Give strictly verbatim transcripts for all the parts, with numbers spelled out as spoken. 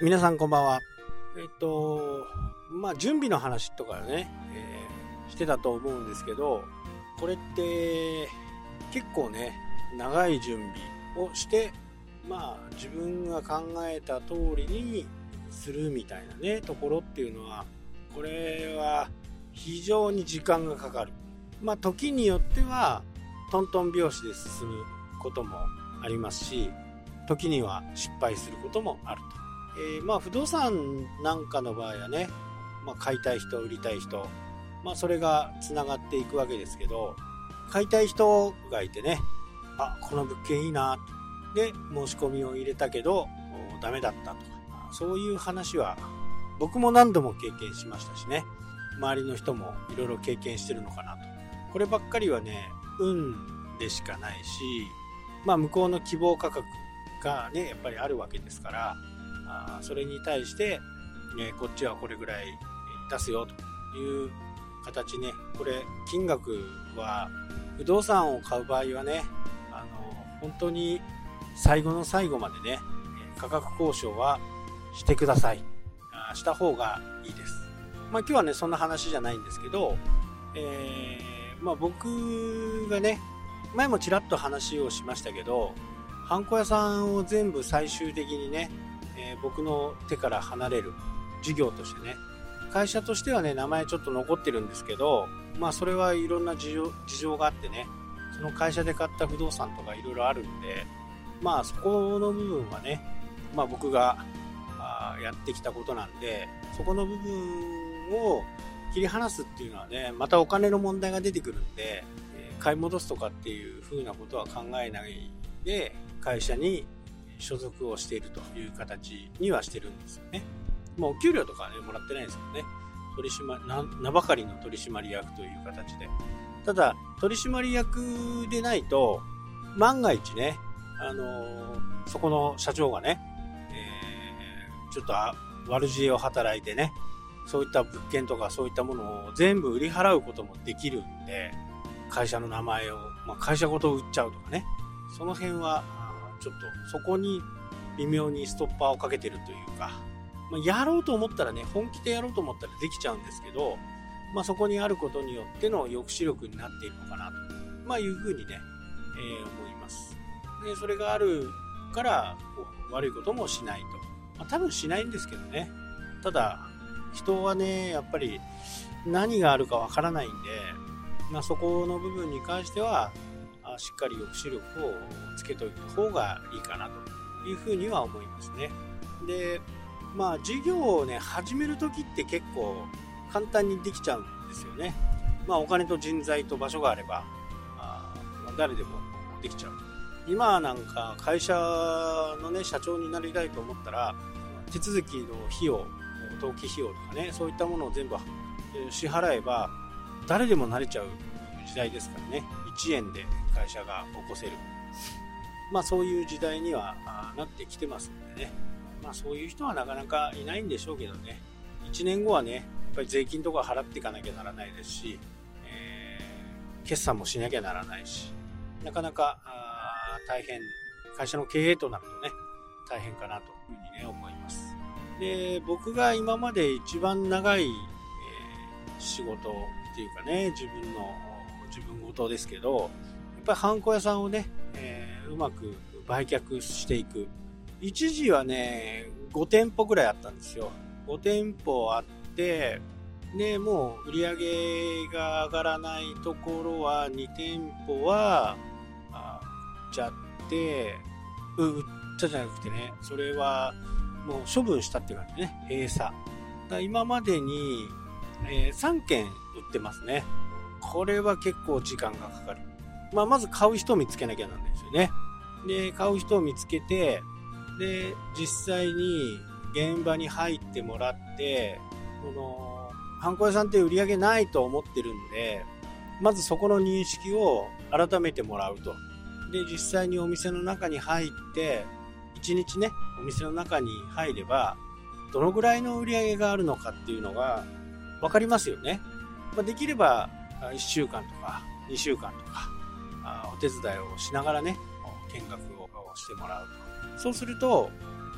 皆さんこんばんは。えっとまあ準備の話とかね、えー、してたと思うんですけど、これって結構ね長い準備をして、まあ自分が考えた通りにするみたいなねところっていうのは、これは非常に時間がかかる。まあ時によってはトントン拍子で進むこともありますし、時には失敗することもあると。えー、まあ不動産なんかの場合はね、まあ、買いたい人売りたい人、まあそれがつながっていくわけですけど、買いたい人がいてね、あ、この物件いいなで申し込みを入れたけどダメだったとか、そういう話は僕も何度も経験しましたしね、周りの人もいろいろ経験してるのかなと。こればっかりはね運でしかないし、まあ向こうの希望価格がねやっぱりあるわけですから、あそれに対して、ね、こっちはこれぐらい出すよという形ね。これ金額は不動産を買う場合はね、あの本当に最後の最後までね価格交渉はしてください。あした方がいいです。まあ今日はねそんな話じゃないんですけど、えー、まあ僕がね前もちらっと話をしましたけど、ハンコ屋さんを全部最終的にね、えー、僕の手から離れる事業としてね、会社としてはね名前ちょっと残ってるんですけど、まあそれはいろんな事情、事情があってね、その会社で買った不動産とかいろいろあるんで、まあそこの部分はね、まあ僕があやってきたことなんで、そこの部分を切り離すっていうのはね、またお金の問題が出てくるんで、えー、買い戻すとかっていう風なことは考えないで会社に所属をしているという形にはしてるんですよね。もうお給料とかはねもらってないんですけどね、取締な名ばかりの取締役という形で。ただ取締役でないと万が一ね、あのー、そこの社長がね、えー、ちょっと悪知恵を働いてね、そういった物件とかそういったものを全部売り払うこともできるんで、会社の名前を、まあ、会社ごと売っちゃうとかね、その辺はちょっとそこに微妙にストッパーをかけてるというか、まあ、やろうと思ったらね、本気でやろうと思ったらできちゃうんですけど、まあ、そこにあることによっての抑止力になっているのかなと、まあ、いうふうにね、えー、思います。でそれがあるから悪いこともしないと、まあ、多分しないんですけどね。ただ人はねやっぱり何があるかわからないんで、まあ、そこの部分に関してはしっかり抑止力をつけておいた方がいいかなというふうには思いますね。でまあ事業をね始めるときって結構簡単にできちゃうんですよね。まあお金と人材と場所があればあ誰でもできちゃう。今なんか会社のね社長になりたいと思ったら手続きの費用、登記費用とかね、そういったものを全部支払えば誰でもなれちゃう時代ですからね。いちえんで会社が起こせる、まあそういう時代にはなってきてますんでね、まあそういう人はなかなかいないんでしょうけどね、いちねんごはねやっぱり税金とか払っていかなきゃならないですし、えー、決算もしなきゃならないし、なかなか大変、会社の経営となるとね大変かなというふうにね思います。で僕が今まで一番長い、えー、仕事っていうかね、自分の自分事ですけど、やっぱりハンコ屋さんをね、えー、うまく売却していく。一時はねごてんぽぐらいあったんですよ。ごてんぽあって、でもう売り上げが上がらないところはにてんぽは売っちゃって、う売ったじゃなくてね、それはもう処分したっていう感じね、閉鎖。だ今までに、えー、さんけん売ってますね。これは結構時間がかかる。まあ、まず買う人を見つけなきゃなんないですよね。で、買う人を見つけて、で、実際に現場に入ってもらって、この、ハンコ屋さんって売り上げないと思ってるんで、まずそこの認識を改めてもらうと。で、実際にお店の中に入って、いちにちね、お店の中に入れば、どのぐらいの売り上げがあるのかっていうのが分かりますよね。まあ、できれば、いっしゅうかんとかにしゅうかんとかお手伝いをしながらね見学をしてもらうと。そうすると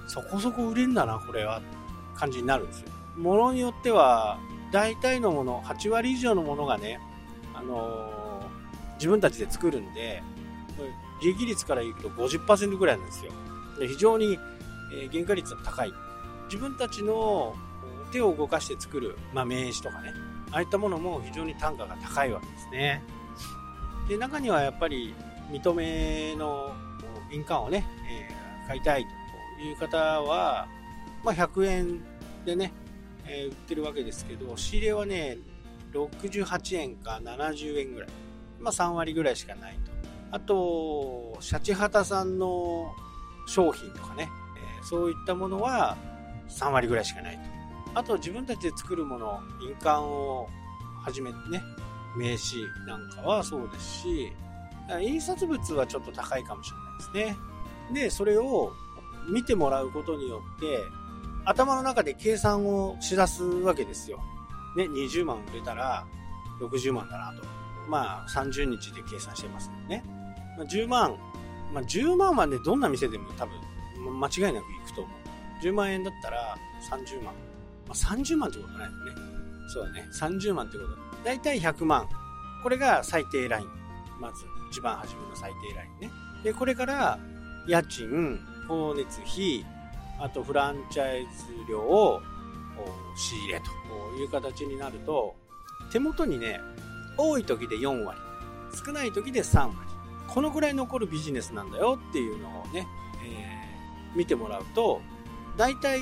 そこそこ売れんだなこれは感じになるんですよ。ものによっては大体のものはち割以上のものがね、あのー、自分たちで作るんで利益率から言うと ごじゅっパーセント ぐらいなんですよ。で非常に、えー、原価率が高い。自分たちの手を動かして作る、まあ、名刺とかね、ああいったものも非常に単価が高いわけですね。で中にはやっぱり認めの印鑑をね、えー、買いたいという方は、まあ、ひゃくえんでね、えー、売ってるわけですけど、仕入れはねろくじゅうはちえんかななじゅうえんぐらい、まあ、さん割ぐらいしかないと。あとシャチハタさんの商品とかね、えー、そういったものはさん割ぐらいしかないと。あと自分たちで作るもの、印鑑をはじめね、名刺なんかはそうですし、印刷物はちょっと高いかもしれないですね。でそれを見てもらうことによって頭の中で計算をしだすわけですよ。ね、にじゅうまん売れたらろくじゅうまんだなと。まあさんじゅうにちで計算してますけどね。まあ、じゅうまん、まあ、じゅうまんはね、どんな店でも多分間違いなくいくと思う。じゅうまんえんだったらさんじゅうまん。まあ、さんじゅうまんってことないよね。そうだね。さんじゅうまんってこと。だいたいひゃくまん。これが最低ライン。まず一番初めの最低ラインね。で、これから家賃、光熱費、あとフランチャイズ料を仕入れという形になると、手元にね、多い時でよん割、少ない時でさん割、このぐらい残るビジネスなんだよっていうのをね、えー、見てもらうと大体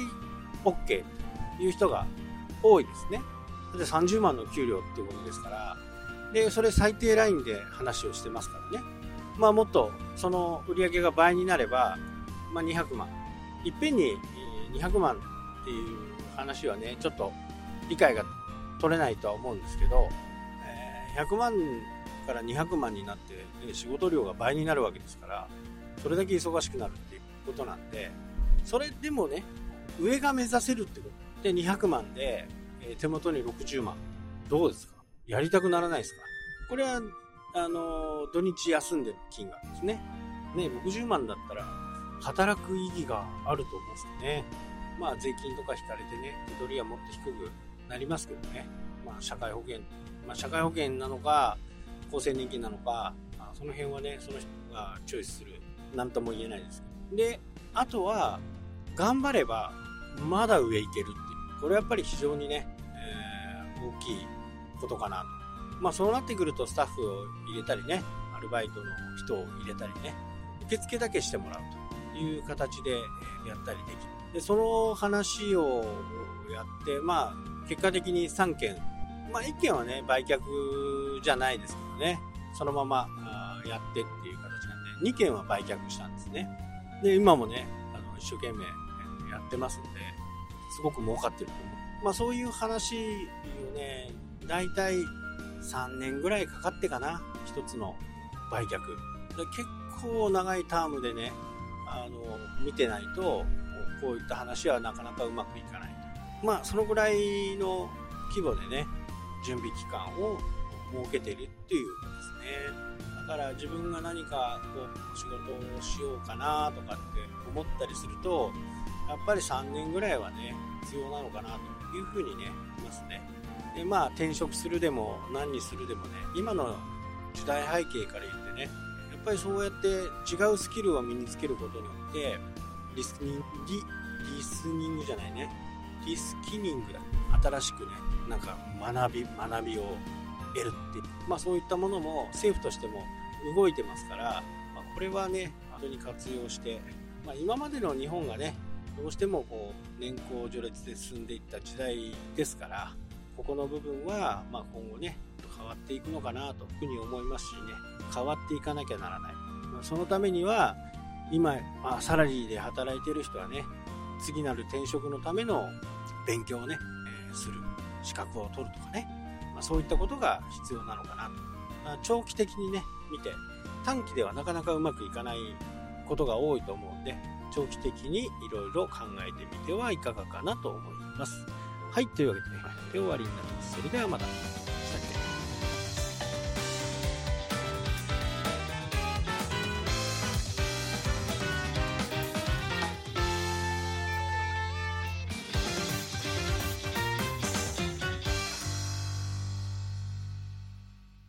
OK という人が多いですね。でさんじゅうまんの給料っていうことですから、でそれ最低ラインで話をしてますからね。まあもっとその売り上げが倍になれば、まあ、にひゃくまんいっぺんににひゃくまんっていう話はね、ちょっと理解が取れないとは思うんですけど、えー、ひゃくまんからにひゃくまんになって、ね、仕事量が倍になるわけですから、それだけ忙しくなるっていうことなんで、それでもね、上が目指せるってことでにひゃくまんで、えー、手元にろくじゅうまん、どうですか？やりたくならないですか？これはあのー、土日休んでる金額ですね。ね、ろくじゅうまんだったら働く意義があると思うんですよね。まあ税金とか引かれてね、手取りはもっと低くなりますけどね。まあ社会保険、まあ社会保険なのか厚生年金なのか、まあ、その辺はね、その人がチョイスする、なんとも言えないですけど。で、あとは頑張ればまだ上行けるっていう、これやっぱり非常にね、えー、大きいことかなと。まあそうなってくるとスタッフを入れたりね、アルバイトの人を入れたりね、受付だけしてもらうという形でやったりできる。でその話をやって、まあ結果的にさんけん、まあいっけんはね売却じゃないですけどね、そのままやってっていう形なんで、にけんは売却したんですね。で今もね、あの一生懸命やってますんで、すごく儲かってると思う。まあそういう話をね、だいたいさんねんぐらいかかってかな、一つの売却で。結構長いタームでね、あの見てないとこういった話はなかなかうまくいかないと。まあそのぐらいの規模でね、準備期間を設けているっていうことですね。だから自分が何かこう仕事をしようかなとかって思ったりすると、やっぱりさんねんぐらいはね必要なのかなというふうにね思いますね。でまあ転職するでも何にするでもね、今の時代背景から言ってね、やっぱりそうやって違うスキルを身につけることによってリスニングリリスニングじゃないねリスキニングだ、新しくねなんか学び学びを得るっていう、まあそういったものも政府としても動いてますから、まあ、これはね本当に活用して、まあ、今までの日本がねどうしてもこう年功序列で進んでいった時代ですから、ここの部分はまあ今後ね変わっていくのかなというふうに思いますしね、変わっていかなきゃならない。まあ、そのためには今、まあ、サラリーで働いている人はね、次なる転職のための勉強をね、えー、する、資格を取るとかね、まあ、そういったことが必要なのかなと。まあ、長期的にね見て、短期ではなかなかうまくいかないことが多いと思うんで、長期的にいろいろ考えてみてはいかがかなと思います。はい、というわけでね、で終わりになります。それではまた。